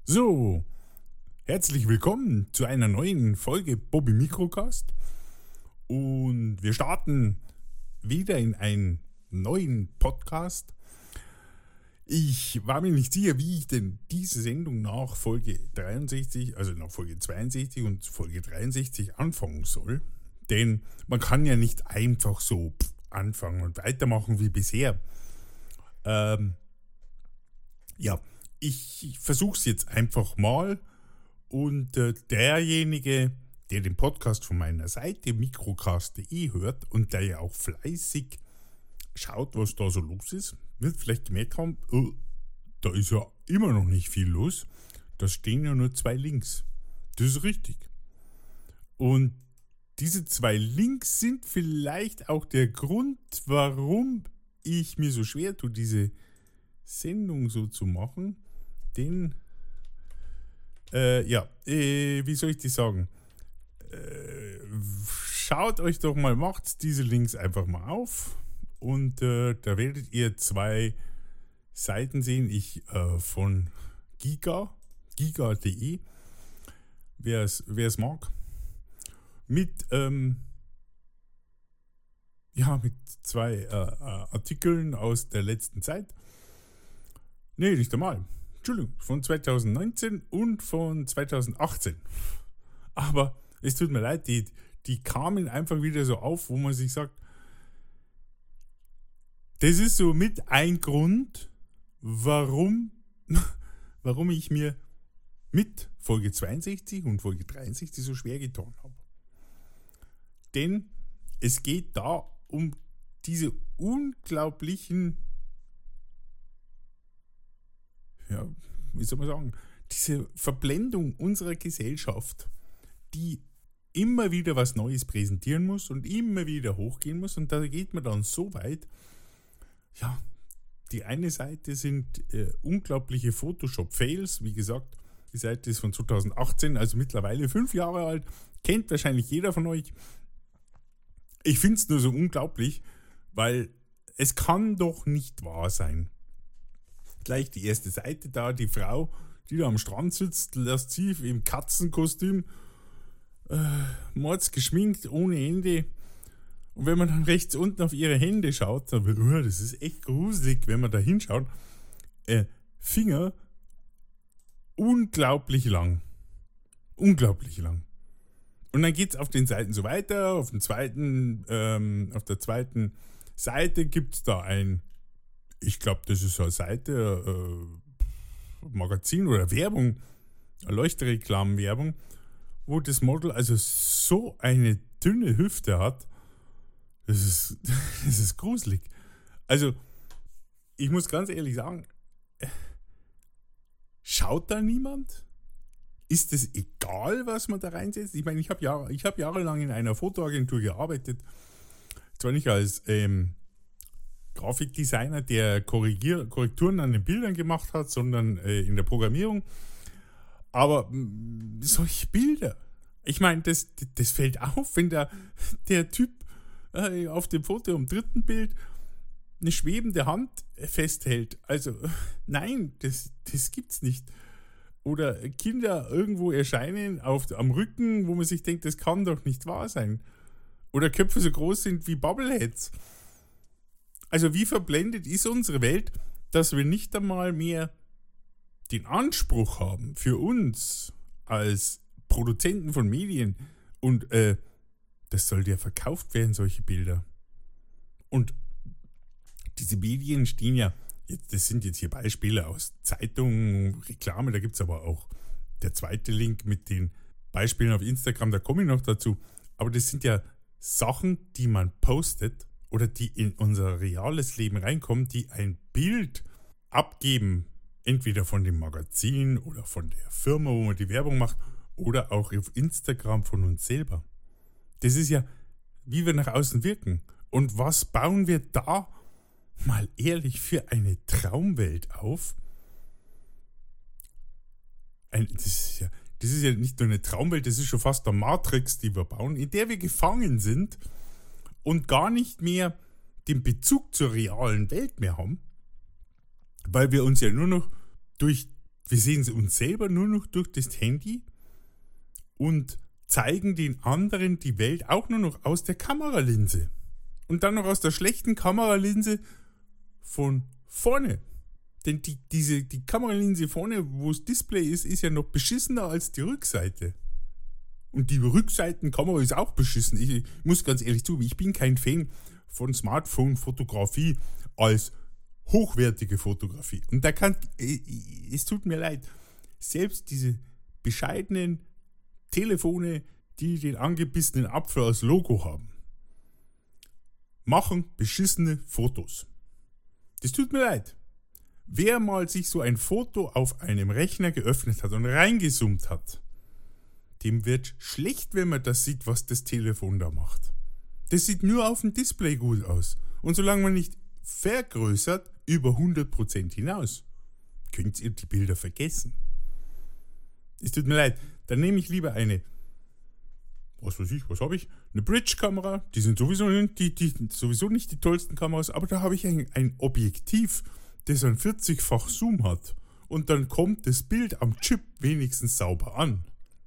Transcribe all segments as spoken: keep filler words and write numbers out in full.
So, herzlich willkommen zu einer neuen Folge Bobby Microcast. Und wir starten wieder in einen neuen Podcast. Ich war mir nicht sicher, wie ich denn diese Sendung nach Folge dreiundsechzig, also nach Folge zweiundsechzig und Folge dreiundsechzig anfangen soll. Denn man kann ja nicht einfach so anfangen und weitermachen wie bisher. Ähm, ja, ich versuche es jetzt einfach mal. Und äh, derjenige, der den Podcast von meiner Seite microcast punkt de hört und der ja auch fleißig schaut, was da so los ist, wird vielleicht gemerkt haben, oh, da ist ja immer noch nicht viel los. Da stehen ja nur zwei Links. Das ist richtig. Und diese zwei Links sind vielleicht auch der Grund, warum ich mir so schwer tue, diese Sendung so zu machen. Denn, äh, ja, äh, wie soll ich das sagen? Äh, schaut euch doch mal, macht diese Links einfach mal auf. Und äh, da werdet ihr zwei Seiten sehen, ich äh, von Giga, giga punkt de, wer es mag, mit, ähm, ja, mit zwei äh, äh, Artikeln aus der letzten Zeit. Nee, nicht einmal. Entschuldigung, von zweitausendneunzehn und von zweitausendachtzehn. Aber es tut mir leid, die, die kamen einfach wieder so auf, wo man sich sagt, das ist so mit ein Grund, warum, warum ich mir mit Folge zweiundsechzig und Folge dreiundsechzig so schwer getan habe. Denn es geht da um diese unglaublichen, ja, wie soll man sagen, diese Verblendung unserer Gesellschaft, die immer wieder was Neues präsentieren muss und immer wieder hochgehen muss. Und da geht man dann so weit, ja, die eine Seite sind äh, unglaubliche Photoshop-Fails. Wie gesagt, die Seite ist von zweitausendachtzehn, also mittlerweile fünf Jahre alt. Kennt wahrscheinlich jeder von euch. Ich finde es nur so unglaublich, weil es kann doch nicht wahr sein. Gleich die erste Seite da, die Frau, die da am Strand sitzt, lasziv im Katzenkostüm, äh, mords geschminkt, ohne Ende. Und wenn man dann rechts unten auf ihre Hände schaut, dann wird, oh, das ist echt gruselig, wenn man da hinschaut. Äh, Finger unglaublich lang. Unglaublich lang. Und dann geht es auf den Seiten so weiter. Auf, dem zweiten, ähm, auf der zweiten Seite gibt es da ein, ich glaube, das ist eine Seite, äh, Magazin oder Werbung, eine Leuchtreklammenwerbung, wo das Model also so eine dünne Hüfte hat. Das ist, das ist gruselig. Also, ich muss ganz ehrlich sagen, schaut da niemand? Ist es egal, was man da reinsetzt? Ich meine, ich habe Jahre, ich hab jahrelang in einer Fotoagentur gearbeitet. Zwar nicht als ähm, Grafikdesigner, der Korrigier- Korrekturen an den Bildern gemacht hat, sondern äh, in der Programmierung. Aber mh, solche Bilder, ich meine, das, das fällt auf, wenn der, der Typ auf dem Foto im dritten Bild eine schwebende Hand festhält. Also nein, das, das gibt's nicht. Oder Kinder irgendwo erscheinen auf, am Rücken, wo man sich denkt, das kann doch nicht wahr sein. Oder Köpfe so groß sind wie Bubbleheads. Also wie verblendet ist unsere Welt, dass wir nicht einmal mehr den Anspruch haben für uns als Produzenten von Medien und äh, das soll ja verkauft werden, solche Bilder. Und diese Medien stehen ja, jetzt, das sind jetzt hier Beispiele aus Zeitungen, Reklame, da gibt es aber auch der zweite Link mit den Beispielen auf Instagram, da komme ich noch dazu. Aber das sind ja Sachen, die man postet oder die in unser reales Leben reinkommen, die ein Bild abgeben, entweder von dem Magazin oder von der Firma, wo man die Werbung macht, oder auch auf Instagram von uns selber. Das ist ja, wie wir nach außen wirken. Und was bauen wir da mal ehrlich für eine Traumwelt auf? Ein, das, ist ja, das ist ja nicht nur eine Traumwelt, das ist schon fast eine Matrix, die wir bauen, in der wir gefangen sind und gar nicht mehr den Bezug zur realen Welt mehr haben, weil wir uns ja nur noch durch Wir sehen uns selber nur noch durch das Handy und zeigen den anderen die Welt auch nur noch aus der Kameralinse. Und dann noch aus der schlechten Kameralinse von vorne. Denn die, diese, die Kameralinse vorne, wo das Display ist, ist ja noch beschissener als die Rückseite. Und die Rückseitenkamera ist auch beschissen. Ich muss ganz ehrlich zugeben, ich bin kein Fan von Smartphone-Fotografie als hochwertige Fotografie. Und da kann, es tut mir leid, selbst diese bescheidenen Telefone, die den angebissenen Apfel als Logo haben, machen beschissene Fotos. Das tut mir leid. Wer mal sich so ein Foto auf einem Rechner geöffnet hat und reingezoomt hat, dem wird schlecht, wenn man das sieht, was das Telefon da macht. Das sieht nur auf dem Display gut aus. Und solange man nicht vergrößert, über hundert Prozent hinaus, könnt ihr die Bilder vergessen. Es tut mir leid, dann nehme ich lieber eine, was weiß ich, was habe ich? Eine Bridge-Kamera, die sind sowieso nicht die, die, sowieso nicht die tollsten Kameras, aber da habe ich ein, ein Objektiv, das einen vierzigfach Zoom hat. Und dann kommt das Bild am Chip wenigstens sauber an.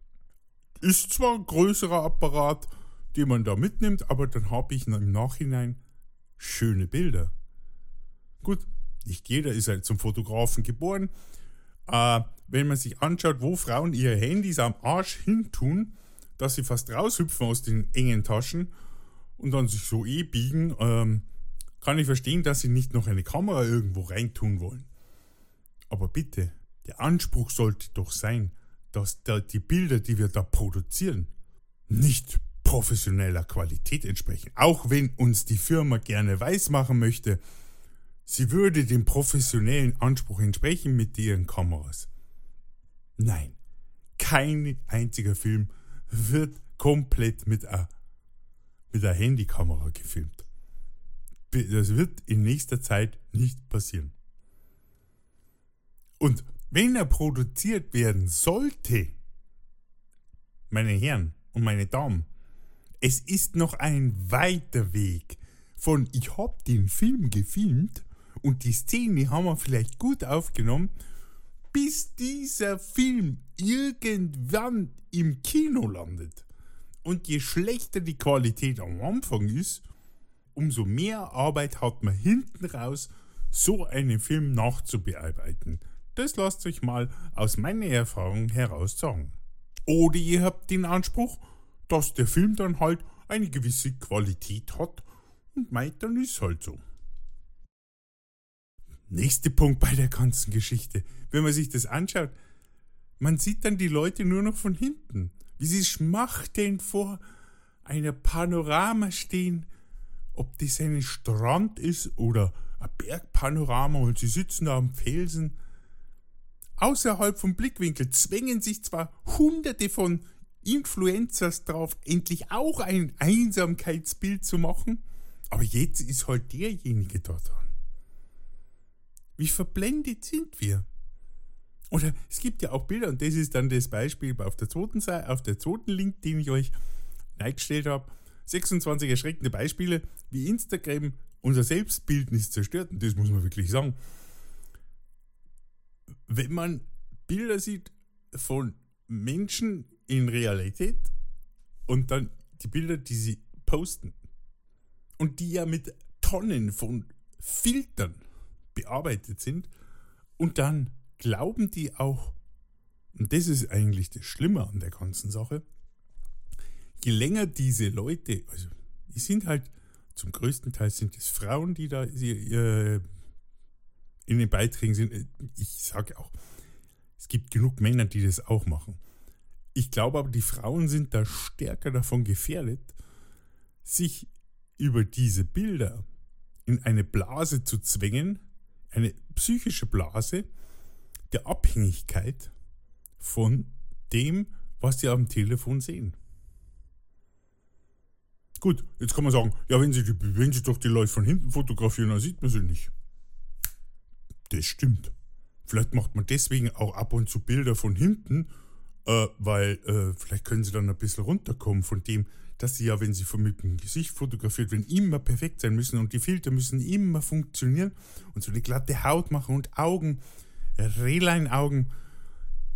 Ist zwar ein größerer Apparat, den man da mitnimmt, aber dann habe ich im Nachhinein schöne Bilder. Gut, nicht jeder ist halt zum Fotografen geboren. Äh, wenn man sich anschaut, wo Frauen ihre Handys am Arsch hintun, dass sie fast raushüpfen aus den engen Taschen und dann sich so eh biegen, ähm, kann ich verstehen, dass sie nicht noch eine Kamera irgendwo reintun wollen. Aber bitte, der Anspruch sollte doch sein, dass da die Bilder, die wir da produzieren, nicht professioneller Qualität entsprechen. Auch wenn uns die Firma gerne weismachen möchte, sie würde dem professionellen Anspruch entsprechen mit ihren Kameras. Nein, kein einziger Film wird komplett mit einer mit einer Handykamera gefilmt. Das wird in nächster Zeit nicht passieren. Und wenn er produziert werden sollte, meine Herren und meine Damen, es ist noch ein weiter Weg von ich hab den Film gefilmt und die Szene haben wir vielleicht gut aufgenommen, bis dieser Film irgendwann im Kino landet. Und je schlechter die Qualität am Anfang ist, umso mehr Arbeit hat man hinten raus, so einen Film nachzubearbeiten. Das lasst euch mal aus meiner Erfahrung heraus sagen. Oder ihr habt den Anspruch, dass der Film dann halt eine gewisse Qualität hat und meint, dann ist halt so. Nächster Punkt bei der ganzen Geschichte. Wenn man sich das anschaut, man sieht dann die Leute nur noch von hinten, wie sie schmachtelnd vor einer Panorama stehen, ob das ein Strand ist oder ein Bergpanorama und sie sitzen da am Felsen. Außerhalb vom Blickwinkel zwängen sich zwar hunderte von Influencers drauf, endlich auch ein Einsamkeitsbild zu machen, aber jetzt ist halt derjenige da dran. Wie verblendet sind wir? Oder es gibt ja auch Bilder, und das ist dann das Beispiel auf der zweiten Seite, auf der zweiten Link, den ich euch reingestellt habe. sechsundzwanzig erschreckende Beispiele, wie Instagram unser Selbstbildnis zerstört. Und das muss man wirklich sagen. Wenn man Bilder sieht von Menschen in Realität und dann die Bilder, die sie posten und die ja mit Tonnen von Filtern bearbeitet sind und dann glauben die auch, und das ist eigentlich das Schlimme an der ganzen Sache, je länger diese Leute, also die sind halt, zum größten Teil sind es Frauen, die da äh, in den Beiträgen sind. Ich sage auch, es gibt genug Männer, die das auch machen. Ich glaube aber, die Frauen sind da stärker davon gefährdet, sich über diese Bilder in eine Blase zu zwängen, eine psychische Blase der Abhängigkeit von dem, was sie am Telefon sehen. Gut, jetzt kann man sagen, ja, wenn sie, die, wenn sie doch die Leute von hinten fotografieren, dann sieht man sie nicht. Das stimmt. Vielleicht macht man deswegen auch ab und zu Bilder von hinten, äh, weil äh, vielleicht können sie dann ein bisschen runterkommen von dem, dass sie ja, wenn sie von mit dem Gesicht fotografiert werden, immer perfekt sein müssen und die Filter müssen immer funktionieren und so eine glatte Haut machen und Augen, Rehlein-Augen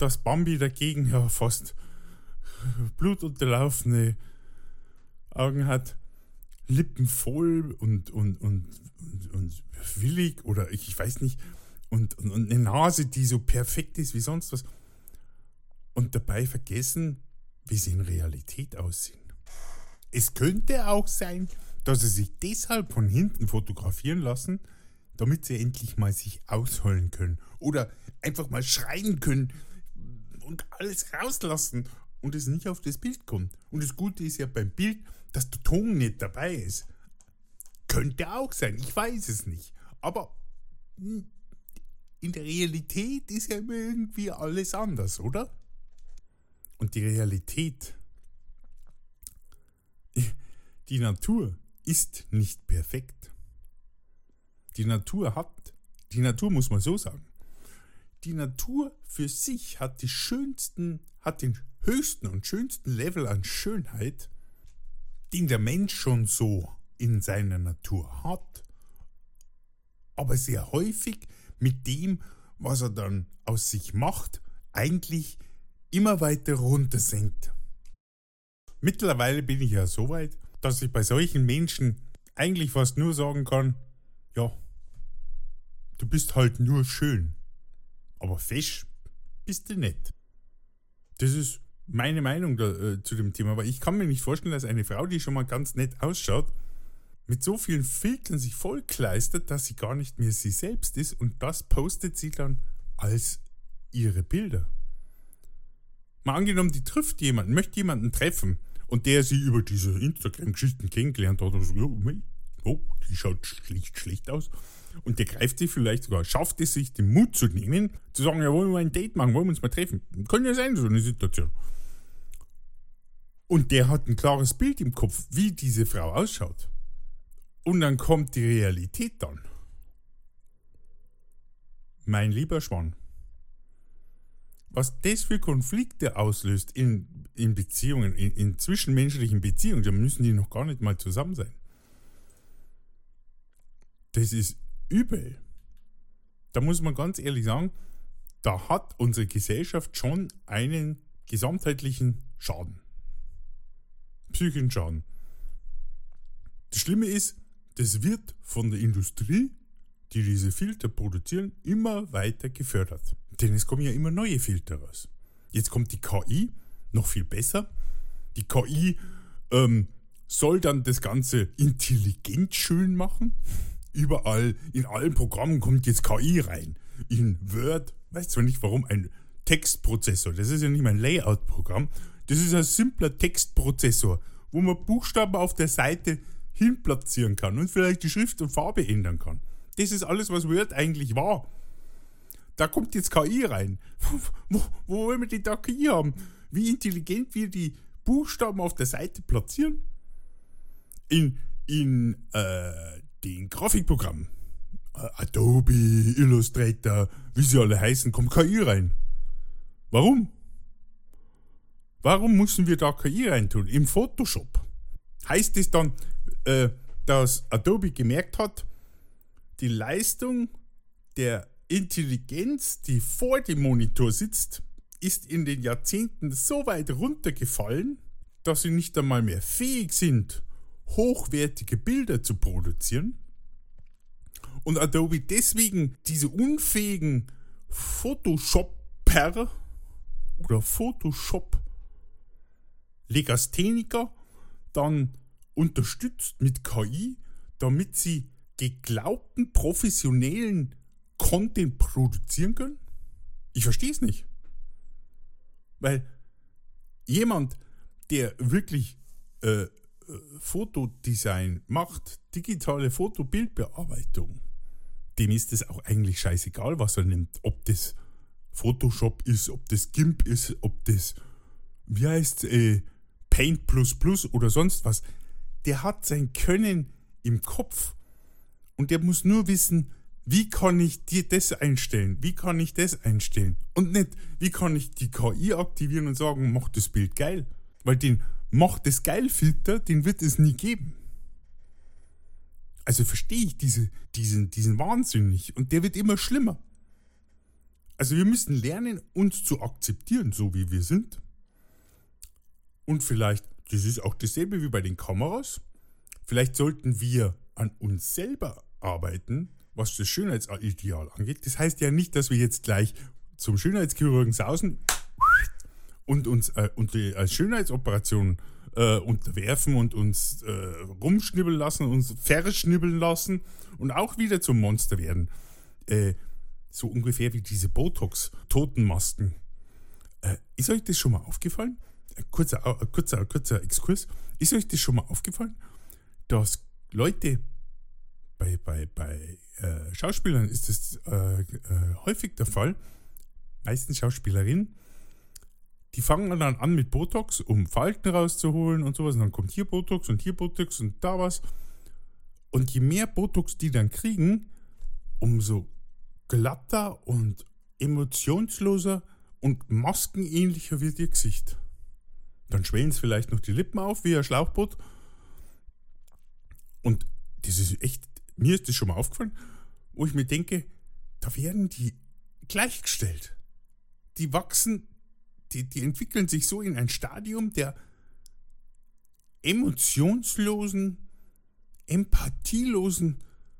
dass Bambi dagegen ja fast blutunterlaufene Augen hat, Lippen voll und, und, und, und, und willig oder ich weiß nicht, und, und, und eine Nase, die so perfekt ist wie sonst was. Und dabei vergessen, wie sie in Realität aussehen. Es könnte auch sein, dass sie sich deshalb von hinten fotografieren lassen, damit sie endlich mal sich ausheulen können oder einfach mal schreien können und alles rauslassen und es nicht auf das Bild kommt. Und das Gute ist ja beim Bild, dass der Ton nicht dabei ist. Könnte auch sein, ich weiß es nicht. Aber in der Realität ist ja immer irgendwie alles anders, oder? Und die Realität, die Natur ist nicht perfekt. Die Natur hat, die Natur muss man so sagen, die Natur für sich hat die schönsten, hat den höchsten und schönsten Level an Schönheit, den der Mensch schon so in seiner Natur hat, aber sehr häufig mit dem, was er dann aus sich macht, eigentlich immer weiter runter senkt. Mittlerweile bin ich ja so weit, dass ich bei solchen Menschen eigentlich fast nur sagen kann, ja, du bist halt nur schön, aber fesch bist du nicht. Das ist meine Meinung da, äh, zu dem Thema, aber ich kann mir nicht vorstellen, dass eine Frau, die schon mal ganz nett ausschaut, mit so vielen Filtern sich vollkleistert, dass sie gar nicht mehr sie selbst ist und das postet sie dann als ihre Bilder. Mal angenommen, die trifft jemanden, möchte jemanden treffen und der sie über diese Instagram-Geschichten kennengelernt hat und so, oh, die schaut schlicht schlecht aus. Und der greift sie vielleicht sogar, schafft es sich, den Mut zu nehmen, zu sagen, ja, wollen wir mal ein Date machen, wollen wir uns mal treffen. Kann ja sein, so eine Situation. Und der hat ein klares Bild im Kopf, wie diese Frau ausschaut. Und dann kommt die Realität dann. Mein lieber Schwan, was das für Konflikte auslöst in, in Beziehungen, in, in zwischenmenschlichen Beziehungen, da müssen die noch gar nicht mal zusammen sein. Das ist übel. Da muss man ganz ehrlich sagen, da hat unsere Gesellschaft schon einen gesamtheitlichen Schaden. Psychischen Schaden. Das Schlimme ist, das wird von der Industrie, die diese Filter produzieren, immer weiter gefördert. Denn es kommen ja immer neue Filter raus. Jetzt kommt die K I, noch viel besser. Die K I ähm, soll dann das Ganze intelligent schön machen. Überall, in allen Programmen kommt jetzt K I rein. In Word, weiß zwar nicht warum, ein Textprozessor. Das ist ja nicht mein Layout-Programm. Das ist ein simpler Textprozessor, wo man Buchstaben auf der Seite hinplatzieren kann und vielleicht die Schrift und Farbe ändern kann. Das ist alles, was Word eigentlich war. Da kommt jetzt K I rein. Wo, wo wollen wir die da K I haben? Wie intelligent wir die Buchstaben auf der Seite platzieren? In, in äh, den Grafikprogrammen. Äh, Adobe, Illustrator, wie sie alle heißen, kommt K I rein. Warum? Warum müssen wir da K I reintun? Im Photoshop. Heißt es dann, äh, dass Adobe gemerkt hat, die Leistung der Intelligenz, die vor dem Monitor sitzt, ist in den Jahrzehnten so weit runtergefallen, dass sie nicht einmal mehr fähig sind, hochwertige Bilder zu produzieren und Adobe deswegen diese unfähigen Photoshopper oder Photoshop-Legastheniker dann unterstützt mit K I, damit sie geglaubten professionellen Content produzieren können? Ich verstehe es nicht. Weil jemand, der wirklich äh, Fotodesign macht, digitale Fotobildbearbeitung, dem ist es auch eigentlich scheißegal, was er nimmt. Ob das Photoshop ist, ob das GIMP ist, ob das, wie heißt äh, Paint plus plus oder sonst was. Der hat sein Können im Kopf und der muss nur wissen, wie kann ich dir das einstellen, wie kann ich das einstellen und nicht, wie kann ich die K I aktivieren und sagen, mach das Bild geil, weil den Mach das geil Filter, den wird es nie geben. Also verstehe ich diese, diesen, diesen Wahnsinn nicht und der wird immer schlimmer. Also wir müssen lernen, uns zu akzeptieren, so wie wir sind. Und vielleicht, das ist auch dasselbe wie bei den Kameras, vielleicht sollten wir an uns selber arbeiten, was das Schönheitsideal angeht. Das heißt ja nicht, dass wir jetzt gleich zum Schönheitschirurgen sausen und uns äh, und die, als Schönheitsoperation äh, unterwerfen und uns äh, rumschnibbeln lassen, uns verschnibbeln lassen und auch wieder zum Monster werden. Äh, so ungefähr wie diese Botox-Totenmasken. Äh, ist euch das schon mal aufgefallen? Ein kurzer, ein kurzer, ein kurzer Exkurs. Ist euch das schon mal aufgefallen, dass Leute bei, bei, bei äh, Schauspielern ist das äh, äh, häufig der Fall, meistens Schauspielerinnen, die fangen dann an mit Botox, um Falten rauszuholen und sowas. Und dann kommt hier Botox und hier Botox und da was. Und je mehr Botox die dann kriegen, umso glatter und emotionsloser und maskenähnlicher wird ihr Gesicht. Dann schwellen es vielleicht noch die Lippen auf wie ein Schlauchboot. Und das ist echt, mir ist das schon mal aufgefallen, wo ich mir denke, da werden die gleichgestellt. Die wachsen, die, die entwickeln sich so in ein Stadium der emotionslosen, empathielosen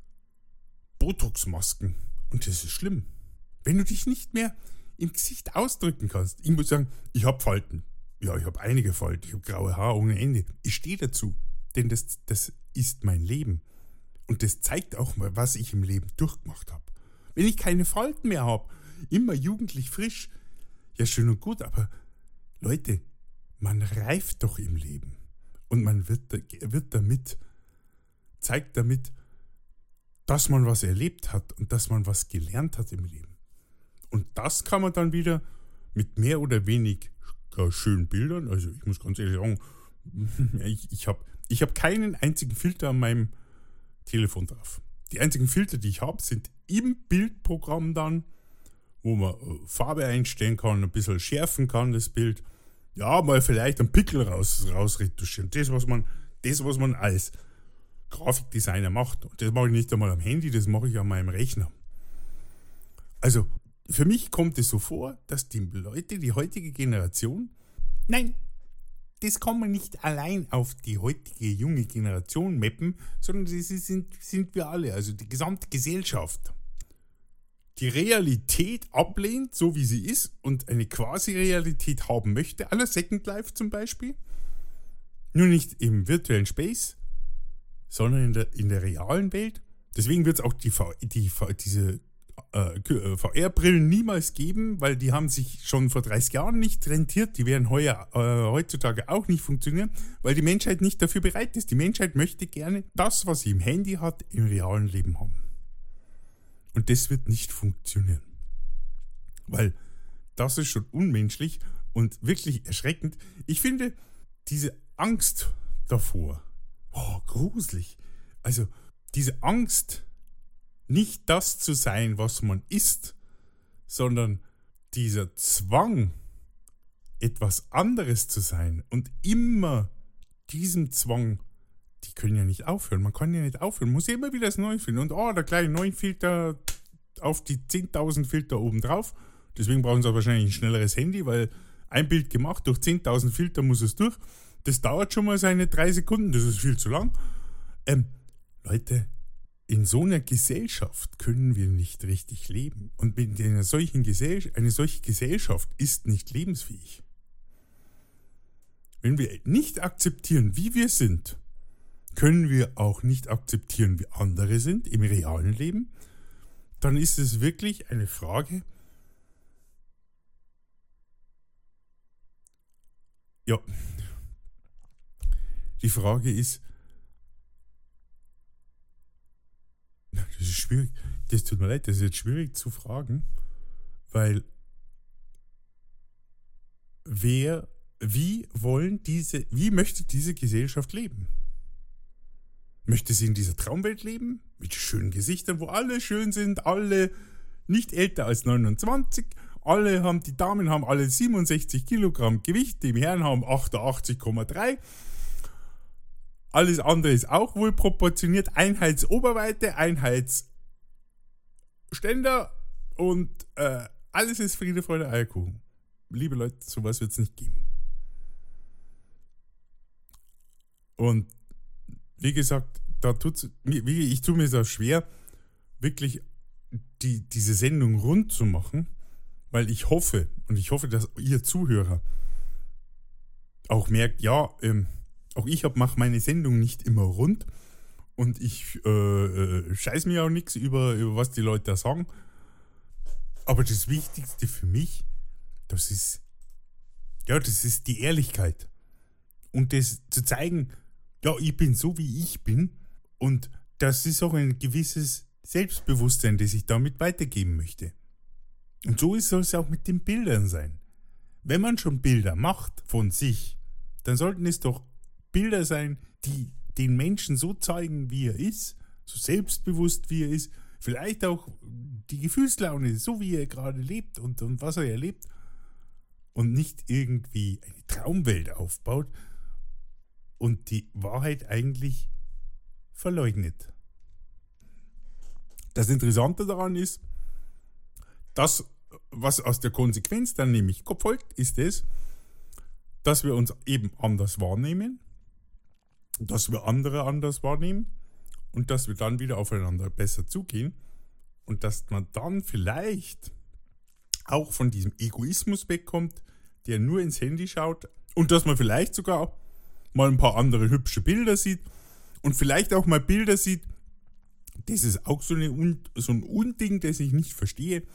Botox-Masken. Und das ist schlimm. Wenn du dich nicht mehr im Gesicht ausdrücken kannst. Ich muss sagen, ich habe Falten. Ja, ich habe einige Falten. Ich habe graue Haare ohne Ende. Ich stehe dazu. Denn das, das ist mein Leben. Und das zeigt auch mal, was ich im Leben durchgemacht habe. Wenn ich keine Falten mehr habe, immer jugendlich frisch, ja schön und gut, aber Leute, man reift doch im Leben. Und man wird, wird damit, zeigt damit, dass man was erlebt hat und dass man was gelernt hat im Leben. Und das kann man dann wieder mit mehr oder weniger schönen Bildern, also ich muss ganz ehrlich sagen, ich, ich habe ich hab keinen einzigen Filter an meinem Telefon drauf. Die einzigen Filter, die ich habe, sind im Bildprogramm dann, wo man Farbe einstellen kann, ein bisschen schärfen kann, das Bild. Ja, mal vielleicht einen Pickel raus, rausretuschieren. Das, was man, das, was man als Grafikdesigner macht. Und das mache ich nicht einmal am Handy, das mache ich an meinem Rechner. Also, für mich kommt es so vor, dass die Leute, die heutige Generation, nein, das kann man nicht allein auf die heutige junge Generation mappen, sondern das sind, sind wir alle, also die gesamte Gesellschaft. Die Realität ablehnt, so wie sie ist, und eine Quasi-Realität haben möchte, à la Second Life zum Beispiel, nur nicht im virtuellen Space, sondern in der, in der realen Welt. Deswegen wird es auch die, die, diese äh, V R-Brillen niemals geben, weil die haben sich schon vor dreißig Jahren nicht rentiert. Die werden heuer, äh, heutzutage auch nicht funktionieren, weil die Menschheit nicht dafür bereit ist. Die Menschheit möchte gerne das, was sie im Handy hat, im realen Leben haben. Und das wird nicht funktionieren. Weil das ist schon unmenschlich und wirklich erschreckend. Ich finde diese Angst davor, oh, gruselig. Also diese Angst, nicht das zu sein, was man ist, sondern dieser Zwang, etwas anderes zu sein und immer diesem Zwang, die können ja nicht aufhören. Man kann ja nicht aufhören. Man muss ja immer wieder das Neue finden. Und oh, der kleine neue Filter auf die zehntausend Filter oben drauf. Deswegen brauchen sie wahrscheinlich ein schnelleres Handy, weil ein Bild gemacht, durch zehntausend Filter muss es durch. Das dauert schon mal seine drei Sekunden. Das ist viel zu lang. Ähm, Leute, in so einer Gesellschaft können wir nicht richtig leben. Und mit einer solchen Gesell- eine solche Gesellschaft ist nicht lebensfähig. Wenn wir nicht akzeptieren, wie wir sind, können wir auch nicht akzeptieren, wie andere sind im realen Leben, dann ist es wirklich eine Frage, ja, die Frage ist, das ist schwierig, das tut mir leid, das ist jetzt schwierig zu fragen, weil wer, wie wollen diese, wie möchte diese Gesellschaft leben? Möchte sie in dieser Traumwelt leben? Mit schönen Gesichtern, wo alle schön sind, alle nicht älter als neunundzwanzig, alle haben, die Damen haben alle siebenundsechzig Kilogramm Gewicht, die Herren haben achtundachtzig Komma drei. Alles andere ist auch wohl proportioniert. Einheitsoberweite, Einheitsständer und äh, Alles ist Friede, Freude, Eierkuchen. Liebe Leute, sowas wird es nicht geben. Und wie gesagt, da tut's, ich tue mir so schwer, wirklich die, diese Sendung rund zu machen, weil ich hoffe, und ich hoffe, dass ihr Zuhörer auch merkt, ja, ähm, auch ich mache meine Sendung nicht immer rund und ich äh, äh, scheiß mir auch nichts über, über was die Leute da sagen. Aber das Wichtigste für mich, das ist, ja, das ist die Ehrlichkeit. Und das zu zeigen, ja, ich bin so, wie ich bin. Und das ist auch ein gewisses Selbstbewusstsein, das ich damit weitergeben möchte. Und so soll es auch mit den Bildern sein. Wenn man schon Bilder macht von sich, dann sollten es doch Bilder sein, die den Menschen so zeigen, wie er ist, so selbstbewusst, wie er ist, vielleicht auch die Gefühlslaune, so wie er gerade lebt und, und was er erlebt und nicht irgendwie eine Traumwelt aufbaut und die Wahrheit eigentlich verleugnet. Das Interessante daran ist, das, was aus der Konsequenz dann nämlich folgt, ist es, dass wir uns eben anders wahrnehmen, dass wir andere anders wahrnehmen und dass wir dann wieder aufeinander besser zugehen und dass man dann vielleicht auch von diesem Egoismus wegkommt, der nur ins Handy schaut und dass man vielleicht sogar mal ein paar andere hübsche Bilder sieht und vielleicht auch mal Bilder sieht, das ist auch so, eine, so ein Unding, das ich nicht verstehe,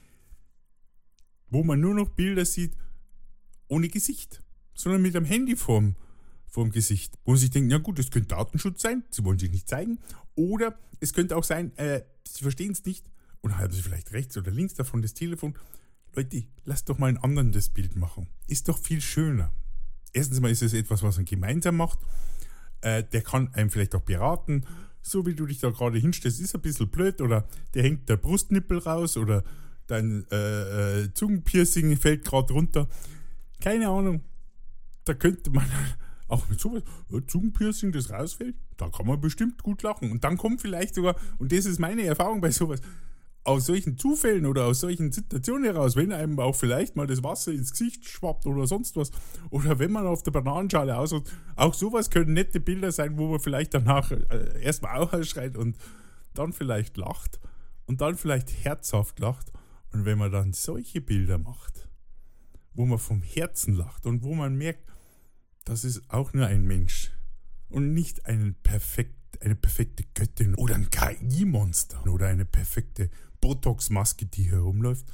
wo man nur noch Bilder sieht ohne Gesicht, sondern mit einem Handy vorm, vorm Gesicht. Wo man sich denkt, ja gut, das könnte Datenschutz sein, sie wollen sich nicht zeigen. Oder es könnte auch sein, äh, sie verstehen es nicht und haben sie vielleicht rechts oder links davon das Telefon. Leute, lasst doch mal einen anderen das Bild machen. Ist doch viel schöner. Erstens mal ist es etwas, was man gemeinsam macht. Äh, der kann einem vielleicht auch beraten. So wie du dich da gerade hinstellst, ist ein bisschen blöd. Oder der hängt der Brustnippel raus oder dein äh, äh, Zungenpiercing fällt gerade runter. Keine Ahnung. Da könnte man auch mit sowas, ja, Zungenpiercing, das rausfällt, da kann man bestimmt gut lachen. Und dann kommt vielleicht sogar, und das ist meine Erfahrung bei sowas, aus solchen Zufällen oder aus solchen Situationen heraus, wenn einem auch vielleicht mal das Wasser ins Gesicht schwappt oder sonst was, oder wenn man auf der Bananenschale ausruht, auch sowas können nette Bilder sein, wo man vielleicht danach äh, erstmal auch ausschreit und dann vielleicht lacht und dann vielleicht herzhaft lacht. Und wenn man dann solche Bilder macht, wo man vom Herzen lacht und wo man merkt, das ist auch nur ein Mensch und nicht ein perfekt, eine perfekte Göttin oder ein K I-Monster oder eine perfekte Botox-Maske, die herumläuft,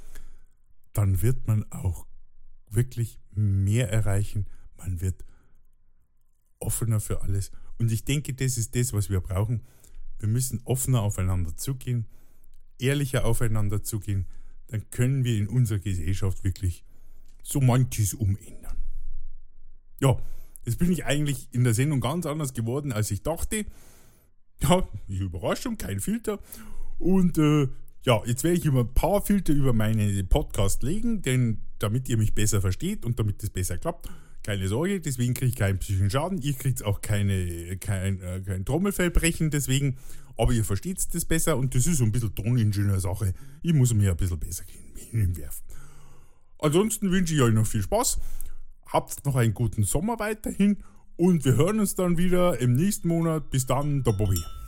dann wird man auch wirklich mehr erreichen. Man wird offener für alles. Und ich denke, das ist das, was wir brauchen. Wir müssen offener aufeinander zugehen, ehrlicher aufeinander zugehen. Dann können wir in unserer Gesellschaft wirklich so manches umändern. Ja, jetzt bin ich eigentlich in der Sendung ganz anders geworden, als ich dachte. Ja, die Überraschung, kein Filter. Und äh, ja, jetzt werde ich über ein paar Filter über meinen Podcast legen, denn damit ihr mich besser versteht und damit es besser klappt, keine Sorge, deswegen kriege ich keinen psychischen Schaden, ihr kriegt auch keine, kein, äh, kein Trommelfellbrechen, deswegen, aber ihr versteht das besser und das ist so ein bisschen Toningenieur-Sache. Ich muss mir ein bisschen besser hinwerfen. Ansonsten wünsche ich euch noch viel Spaß, habt noch einen guten Sommer weiterhin und wir hören uns dann wieder im nächsten Monat. Bis dann, der Bobby.